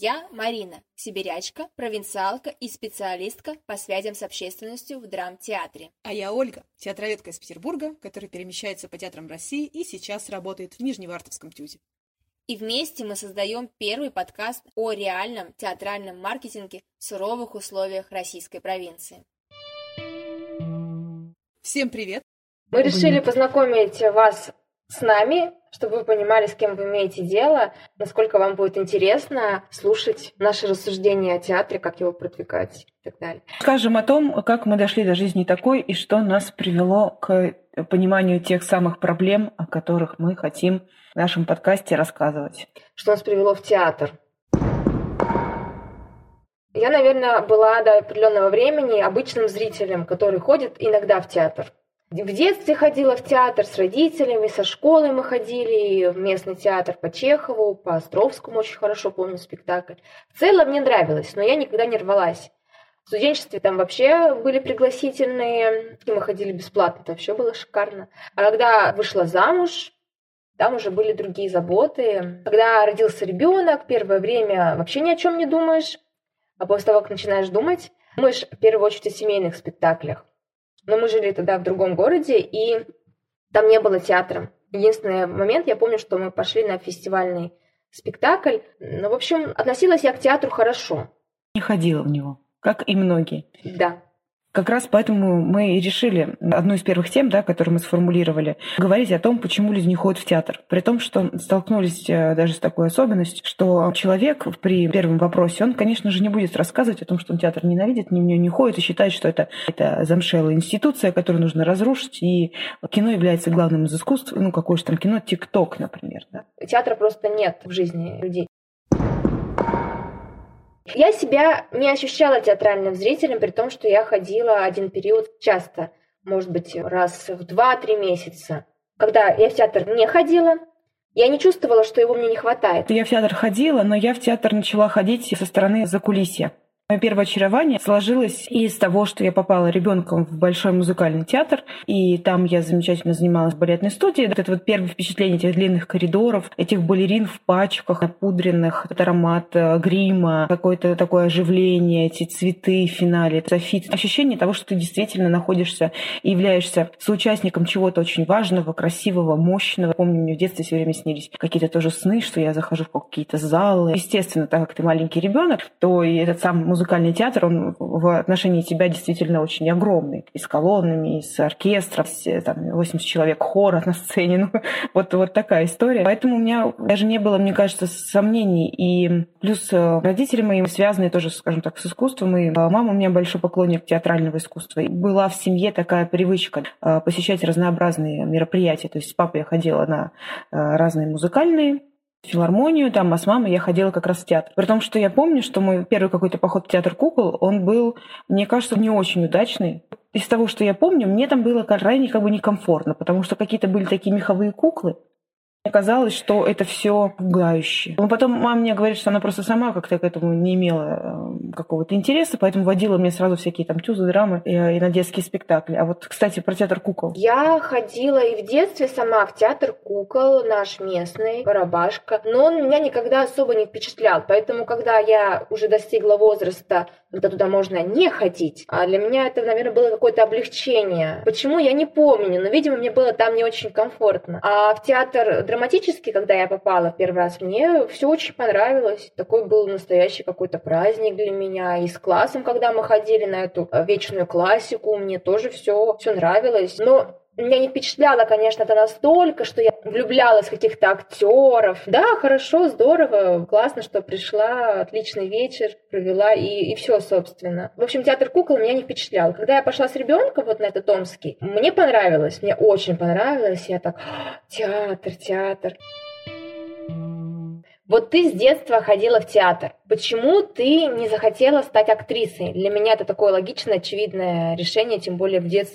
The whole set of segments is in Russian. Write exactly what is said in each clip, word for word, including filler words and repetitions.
Я Марина, сибирячка, провинциалка и специалистка по связям с общественностью в драмтеатре. А я Ольга, театроведка из Петербурга, которая перемещается по театрам России и сейчас работает в Нижневартовском ТЮЗе. И вместе мы создаем первый подкаст о реальном театральном маркетинге в суровых условиях российской провинции. Всем привет! Мы решили познакомить вас с нами, чтобы вы понимали, с кем вы имеете дело, насколько вам будет интересно слушать наши рассуждения о театре, как его продвигать и так далее. Скажем о том, как мы дошли до жизни такой и что нас привело к пониманию тех самых проблем, о которых мы хотим в нашем подкасте рассказывать. Что нас привело в театр? Я, наверное, была до определенного времени обычным зрителем, который ходит иногда в театр. В детстве ходила в театр с родителями, со школой мы ходили в местный театр по Чехову, по Островскому очень хорошо помню спектакль. В целом мне нравилось, но я никогда не рвалась. В студенчестве там вообще были пригласительные, и мы ходили бесплатно, это вообще было шикарно. А когда вышла замуж, там уже были другие заботы. Когда родился ребенок, первое время вообще ни о чем не думаешь, а после того, как начинаешь думать, думаешь в первую очередь о семейных спектаклях. Но мы жили тогда в другом городе, и там не было театра. Единственный момент, я помню, что мы пошли на фестивальный спектакль. Ну, в общем, относилась я к театру хорошо. Не ходила в него, как и многие. Да. Как раз поэтому мы и решили одну из первых тем, да, которую мы сформулировали, говорить о том, почему люди не ходят в театр. При том, что столкнулись даже с такой особенностью, что человек при первом вопросе, он, конечно же, не будет рассказывать о том, что он театр ненавидит, ни в него не ходит и считает, что это, это замшелая институция, которую нужно разрушить, и кино является главным из искусств. Ну, какое же там кино? ТикТок, например. Да? Театра просто нет в жизни людей. Я себя не ощущала театральным зрителем, при том, что я ходила один период часто, может быть, раз в два-три месяца. Когда я в театр не ходила, я не чувствовала, что его мне не хватает. Я в театр ходила, но я в театр начала ходить со стороны закулисья. Мое первое очарование сложилось из того, что я попала ребенком в большой музыкальный театр, и там я замечательно занималась в балетной студии. Это вот первое впечатление этих длинных коридоров, этих балерин в пачках, напудренных, этот аромат грима, какое-то такое оживление, эти цветы в финале, софит. Ощущение того, что ты действительно находишься и являешься соучастником чего-то очень важного, красивого, мощного. Помню, мне в детстве все время снились какие-то тоже сны, что я захожу в какие-то залы. Естественно, так как ты маленький ребенок, то и этот сам музыкальный театр, он в отношении тебя действительно очень огромный. И с колоннами, и с оркестром, с, там, восемьдесят человек хора на сцене. Ну, вот, вот такая история. Поэтому у меня даже не было, мне кажется, сомнений. И плюс родители мои связаны тоже, скажем так, с искусством. И мама у меня большой поклонник театрального искусства. И была в семье такая привычка посещать разнообразные мероприятия. То есть с папой я ходила на разные музыкальные, филармонию, там, а с мамой я ходила как раз в театр. При том, что я помню, что мой первый какой-то поход в театр кукол, он был, мне кажется, не очень удачный. Из того, что я помню, мне там было крайне как бы некомфортно, потому что какие-то были такие меховые куклы. Мне казалось, что это все пугающе. Но потом мама мне говорит, что она просто сама как-то к этому не имела какого-то интереса, поэтому водила мне сразу всякие там тюзы, драмы и, и на детские спектакли. А вот, кстати, про театр кукол. Я ходила и в детстве сама в театр кукол, наш местный, Барабашка, но он меня никогда особо не впечатлял. Поэтому, когда я уже достигла возраста, когда туда можно не ходить, а для меня это, наверное, было какое-то облегчение. Почему, я не помню, но, видимо, мне было там не очень комфортно. А в театр драматический, когда я попала в первый раз, мне все очень понравилось. Такой был настоящий какой-то праздник для меня. И с классом, когда мы ходили на эту вечную классику, мне тоже все, все нравилось. Но меня не впечатляло, конечно, это настолько, что я влюблялась в каких-то актеров. Да, хорошо, здорово, классно, что пришла, отличный вечер провела, и, и все, собственно. В общем, театр кукол меня не впечатлял. Когда я пошла с ребенком вот на этот Омский, мне понравилось, мне очень понравилось. Я так, театр, театр. Вот ты с детства ходила в театр. Почему ты не захотела стать актрисой? Для меня это такое логичное, очевидное решение, тем более в детстве.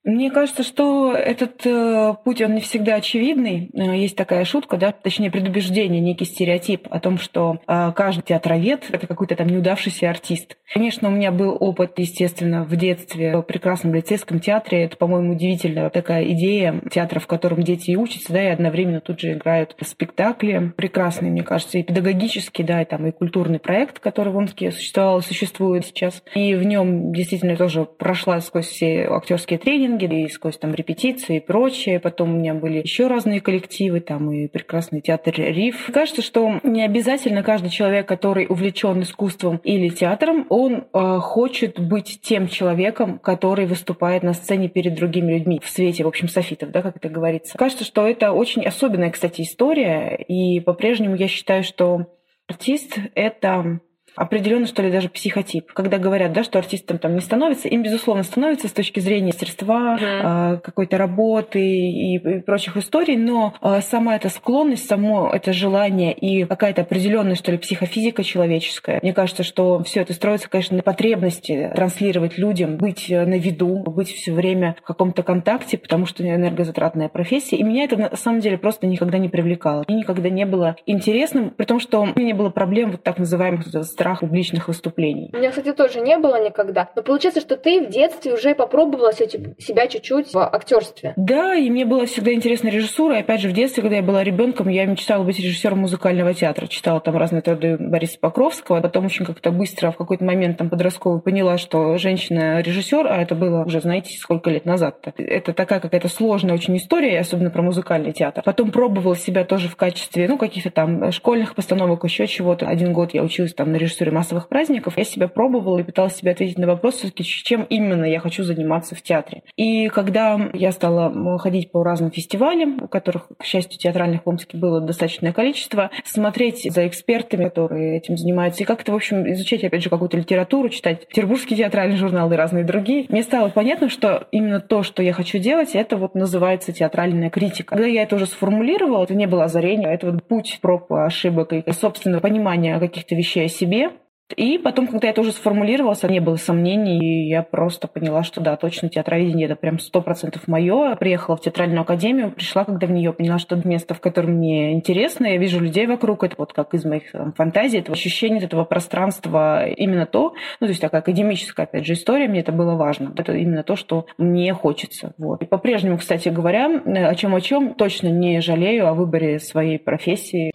Мне кажется, что этот э, путь, он не всегда очевидный. Э, есть такая шутка, да, точнее предубеждение, некий стереотип о том, что э, каждый театровед — это какой-то там неудавшийся артист. Конечно, у меня был опыт, естественно, в детстве в прекрасном лицейском театре. Это, по-моему, удивительная такая идея театра, в котором дети и учатся, да, и одновременно тут же играют в спектакли. Прекрасный, мне кажется, и педагогический, да, и там и культурный проект, который в Омске существовал и существует сейчас. И в нем действительно тоже прошла сквозь все актерские тренинги, и сквозь там репетиции и прочее. Потом у меня были еще разные коллективы, там и прекрасный театр РИФ. Кажется, что не обязательно каждый человек, который увлечен искусством или театром, он э, хочет быть тем человеком, который выступает на сцене перед другими людьми в свете, в общем, софитов, да, как это говорится. Кажется, что это очень особенная, кстати, история, и по-прежнему я считаю, что артист — это определенно, что ли, даже психотип. Когда говорят, да, что артистом там не становится, им, безусловно, становится с точки зрения мастерства, mm-hmm. э, какой-то работы и, и прочих историй, но э, сама эта склонность, само это желание и какая-то определенная, что ли, психофизика человеческая, мне кажется, что все это строится, конечно, на потребности транслировать людям, быть на виду, быть все время в каком-то контакте, потому что энергозатратная профессия. И меня это, на самом деле, просто никогда не привлекало. Мне никогда не было интересным, при том, что у меня не было проблем вот так называемых страх публичных выступлений. У меня, кстати, тоже не было никогда. Но получается, что ты в детстве уже попробовала себя чуть-чуть в актерстве. Да, и мне была всегда интересна режиссура. И опять же, в детстве, когда я была ребенком, я мечтала быть режиссером музыкального театра. Читала там разные труды Бориса Покровского. Потом очень как-то быстро в какой-то момент там подростковый поняла, что женщина-режиссер, а это было уже, знаете, сколько лет назад-то. Это такая какая-то сложная очень история, особенно про музыкальный театр. Потом пробовала себя тоже в качестве, ну, каких-то там школьных постановок, еще чего-то. Один год я училась там на режиссуре массовых праздников. Я себя пробовала и пыталась себе ответить на вопрос, все-таки, чем именно я хочу заниматься в театре. И когда я стала ходить по разным фестивалям, у которых, к счастью, театральных в Омске было достаточное количество, смотреть за экспертами, которые этим занимаются, и как-то, в общем, изучать, опять же, какую-то литературу, читать Петербургский театральный журнал и разные другие, мне стало понятно, что именно то, что я хочу делать, это вот называется театральная критика. Когда я это уже сформулировала, это не было озарение, это вот путь проб, ошибок и собственного понимания каких-то вещей о себе. И потом, когда я это уже сформулировалась, не было сомнений, и я просто поняла, что да, точно театроведение — это прям сто процентов моё. Приехала в театральную академию, пришла, когда в нее поняла, что это место, в котором мне интересно, я вижу людей вокруг, это вот как из моих там фантазий, это ощущение этого пространства, именно то, ну, то есть такая академическая, опять же, история, мне это было важно. Это именно то, что мне хочется. Вот. И по-прежнему, кстати говоря, о чем о чем точно не жалею о выборе своей профессии.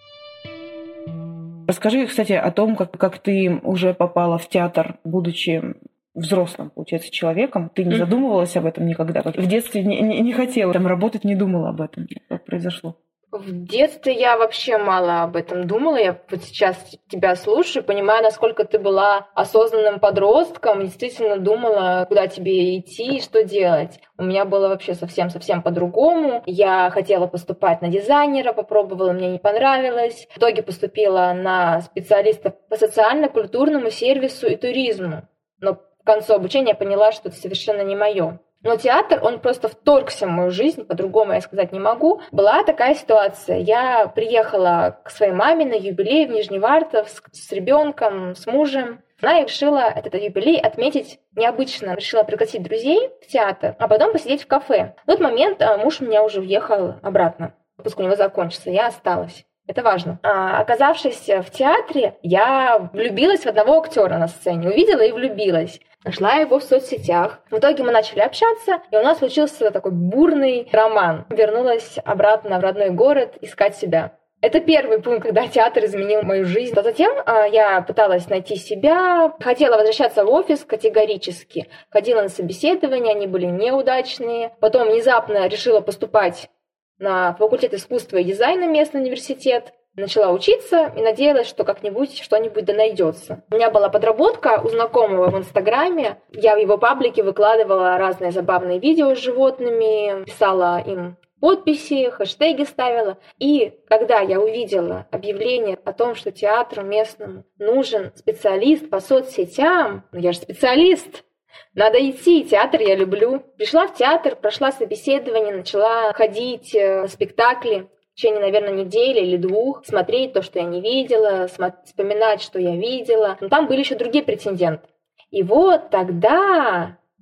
Расскажи, кстати, о том, как, как ты уже попала в театр, будучи взрослым, получается, человеком. Ты не mm-hmm. задумывалась об этом никогда? В детстве не, не, не хотела там работать, не думала об этом. Как произошло? В детстве я вообще мало об этом думала. Я вот сейчас тебя слушаю, понимаю, насколько ты была осознанным подростком, и действительно думала, куда тебе идти и что делать. У меня было вообще совсем-совсем по-другому. Я хотела поступать на дизайнера, попробовала, мне не понравилось. В итоге поступила на специалиста по социально-культурному сервису и туризму. Но к концу обучения я поняла, что это совершенно не мое. Но театр, он просто вторгся в мою жизнь, по-другому я сказать не могу. Была такая ситуация. Я приехала к своей маме на юбилей в Нижневартовск с ребенком, с мужем. Она решила этот юбилей отметить необычно. Решила пригласить друзей в театр, а потом посидеть в кафе. В тот момент муж у меня уже уехал обратно. Отпуск у него закончился, я осталась. Это важно. А, оказавшись в театре, я влюбилась в одного актера на сцене. Увидела и влюбилась. Нашла его в соцсетях. В итоге мы начали общаться, и у нас случился такой бурный роман. Вернулась обратно в родной город искать себя. Это первый пункт, когда театр изменил мою жизнь. А затем а, я пыталась найти себя, хотела возвращаться в офис категорически. Ходила на собеседования, они были неудачные. Потом внезапно решила поступать на факультет искусства и дизайна, местный университет. Начала учиться и надеялась, что как-нибудь что-нибудь да найдется. У меня была подработка у знакомого в Инстаграме. Я в его паблике выкладывала разные забавные видео с животными, писала им подписи, хэштеги ставила. И когда я увидела объявление о том, что театру местному нужен специалист по соцсетям, ну я же специалист, надо идти, театр я люблю. Пришла в театр, прошла собеседование, начала ходить на спектакли. В течение, наверное, недели или двух, смотреть то, что я не видела, смо- вспоминать, что я видела. Но там были еще другие претенденты. И вот тогда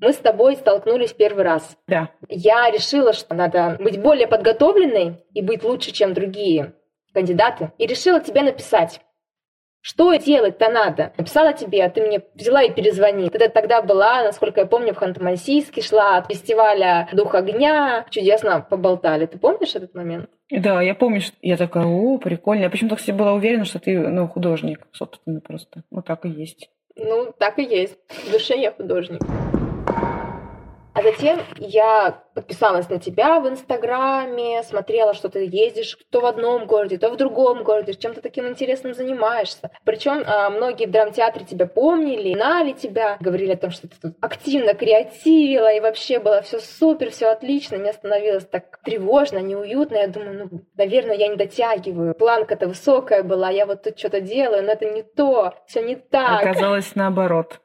Мы с тобой столкнулись первый раз. Да. Я решила, что надо быть более подготовленной и быть лучше, чем другие кандидаты. И решила тебе написать. Что делать-то надо? Написала тебе, а ты мне взяла и перезвони. Ты тогда была, насколько я помню, в Ханты-Мансийске, шла от фестиваля «Дух огня». Чудесно поболтали. Ты помнишь этот момент? Да, я помню, что я такая, о, прикольно. Я почему-то себе была уверена, что ты, ну, художник, собственно, просто. Вот так и есть. Ну, так и есть. В душе я художник. А затем я подписалась на тебя в Инстаграме, смотрела, что ты ездишь то в одном городе, то в другом городе, чем-то таким интересным занимаешься. Причем многие в драмтеатре тебя помнили, знали тебя, говорили о том, что ты тут активно креативила, и вообще было все супер, все отлично. Мне становилось так тревожно, неуютно. Я думаю, ну, наверное, я не дотягиваю. Планка-то высокая была, я вот тут что-то делаю, но это не то, все не так. Оказалось наоборот.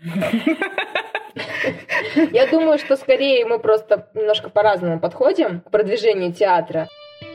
Я думаю, что скорее мы просто немножко по-разному подходим к продвижению театра.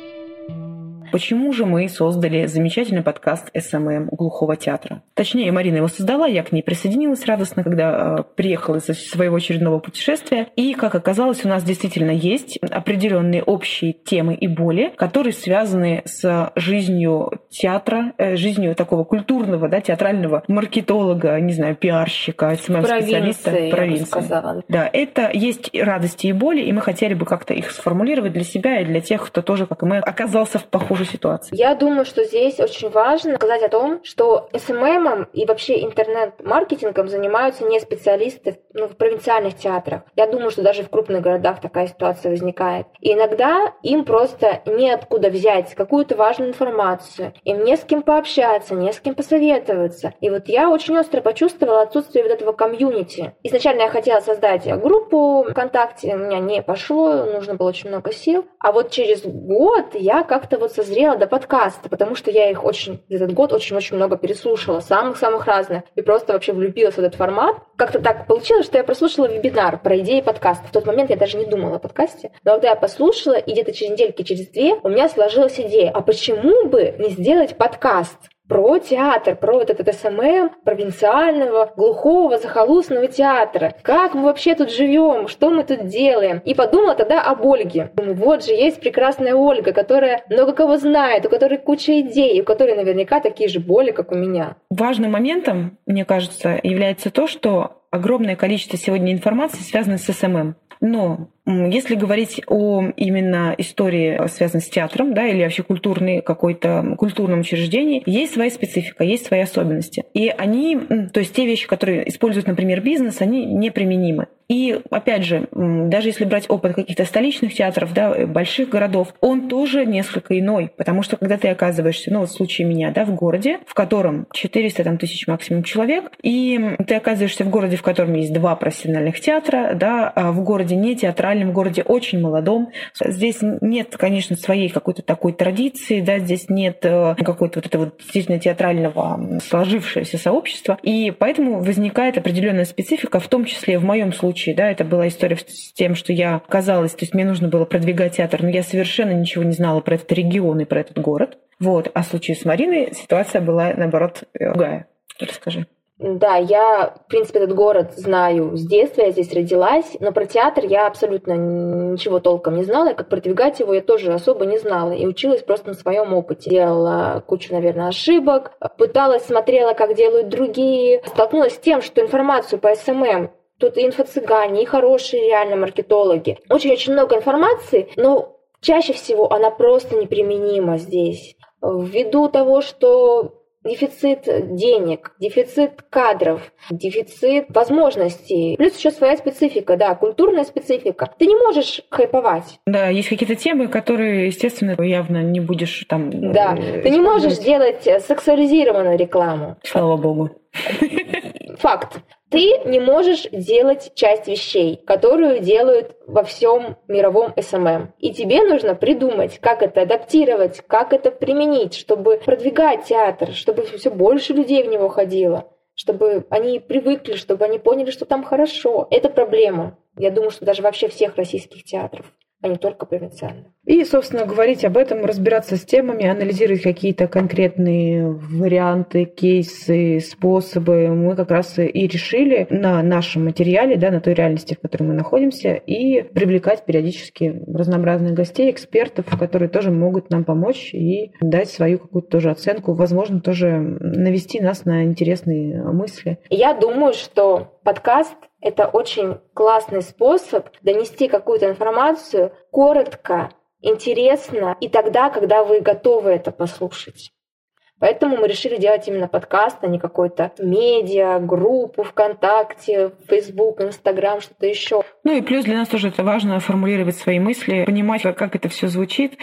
Почему же мы создали замечательный подкаст эс эм эм глухого театра? Точнее, Марина его создала, я к ней присоединилась радостно, когда приехала из своего очередного путешествия. И, как оказалось, у нас действительно есть определенные общие темы и боли, которые связаны с жизнью театра, жизнью такого культурного, да, театрального маркетолога, не знаю, пиарщика, эс эм эм-специалиста в провинции. Да, это есть радости и боли, и мы хотели бы как-то их сформулировать для себя и для тех, кто тоже, как и мы, оказался в похожей ситуации. Я думаю, что здесь очень важно сказать о том, что эс эм эм и вообще интернет-маркетингом занимаются не специалисты, ну, в провинциальных театрах. Я думаю, что даже в крупных городах такая ситуация возникает. И иногда им просто неоткуда взять какую-то важную информацию. Им не с кем пообщаться, не с кем посоветоваться. И вот я очень остро почувствовала отсутствие вот этого комьюнити. Изначально я хотела создать группу ВКонтакте, у меня не пошло, нужно было очень много сил. А вот через год я как-то вот созрела до подкаста, потому что я их очень, этот год очень-очень много переслушала, самых-самых разных, и просто вообще влюбилась в этот формат. Как-то так получилось, что я прослушала вебинар про идеи подкаста. В тот момент я даже не думала о подкасте, но когда я послушала, и где-то через недельки, через две, у меня сложилась идея, а почему бы не сделать подкаст про театр, про вот этот эс эм эм провинциального, глухого, захолустного театра. Как мы вообще тут живем, что мы тут делаем? И подумала тогда об Ольге. Думаю, вот же есть прекрасная Ольга, которая много кого знает, у которой куча идей, у которой наверняка такие же боли, как у меня. Важным моментом, мне кажется, является то, что огромное количество сегодня информации связано с эс эм эм. Но если говорить о именно истории, связанной с театром, да, или вообще культурной какой-то культурном учреждении, есть своя специфика, есть свои особенности. И они, то есть те вещи, которые используют, например, бизнес, они неприменимы. И, опять же, даже если брать опыт каких-то столичных театров, да, больших городов, он тоже несколько иной. Потому что когда ты оказываешься, ну, вот в случае меня, да, в городе, в котором четыреста там, тысяч максимум человек, и ты оказываешься в городе, в котором есть два профессиональных театра, да, а в городе не театральном, в городе очень молодом. Здесь нет, конечно, своей какой-то такой традиции, да, здесь нет какой-то вот этого вот действительно театрального сложившегося сообщества. И поэтому возникает определенная специфика, в том числе в моем случае, да, это была история с тем, что я оказалась, то есть мне нужно было продвигать театр, но я совершенно ничего не знала про этот регион и про этот город. Вот. А в случае с Мариной ситуация была, наоборот, другая. Расскажи. Да, я, в принципе, этот город знаю с детства, я здесь родилась, но про театр я абсолютно ничего толком не знала, и как продвигать его я тоже особо не знала, и училась просто на своем опыте. Делала кучу, наверное, ошибок, пыталась, смотрела, как делают другие, столкнулась с тем, что информацию по эс эм эм тут и инфо-цыгане, и хорошие реально маркетологи. Очень-очень много информации, но чаще всего она просто неприменима здесь. Ввиду того, что дефицит денег, дефицит кадров, дефицит возможностей. Плюс еще своя специфика, да, культурная специфика. Ты не можешь хайповать. Да, есть какие-то темы, которые, естественно, явно не будешь там... Да, ты не можешь делать сексуализированную рекламу. Слава богу. Факт. Ты не можешь делать часть вещей, которую делают во всем мировом эс эм эм. И тебе нужно придумать, как это адаптировать, как это применить, чтобы продвигать театр, чтобы все больше людей в него ходило, чтобы они привыкли, чтобы они поняли, что там хорошо. Это проблема. Я думаю, что даже вообще всех российских театров. а не только провинциальных. И, собственно, говорить об этом, разбираться с темами, анализировать какие-то конкретные варианты, кейсы, способы мы как раз и решили на нашем материале, да, на той реальности, в которой мы находимся, и привлекать периодически разнообразных гостей, экспертов, которые тоже могут нам помочь и дать свою какую-то тоже оценку, возможно, тоже навести нас на интересные мысли. Я думаю, что подкаст — это очень классный способ донести какую-то информацию коротко, интересно и тогда, когда вы готовы это послушать. Поэтому мы решили делать именно подкаст, а не какой-то медиа, группу ВКонтакте, Фейсбук, Инстаграм, что-то еще. Ну и плюс для нас тоже это важно формулировать свои мысли, понимать, как это все звучит.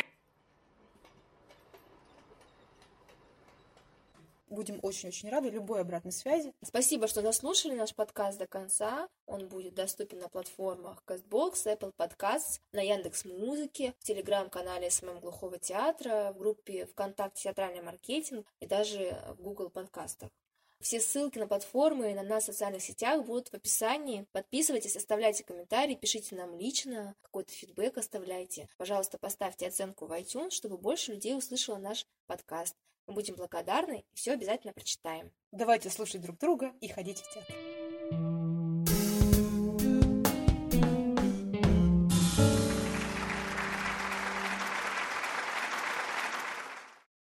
Будем очень-очень рады любой обратной связи. Спасибо, что дослушали наш подкаст до конца. Он будет доступен на платформах Castbox, Apple Podcasts, на Яндекс.Музыке, в телеграм-канале СММ Глухого театра, в группе ВКонтакте «Театральный маркетинг» и даже в Google подкастах. Все ссылки на платформы и на нас в социальных сетях будут в описании. Подписывайтесь, оставляйте комментарии, пишите нам лично, какой-то фидбэк оставляйте. Пожалуйста, поставьте оценку в iTunes, чтобы больше людей услышало наш подкаст. Мы будем благодарны и все обязательно прочитаем. Давайте слушать друг друга и ходить в театр.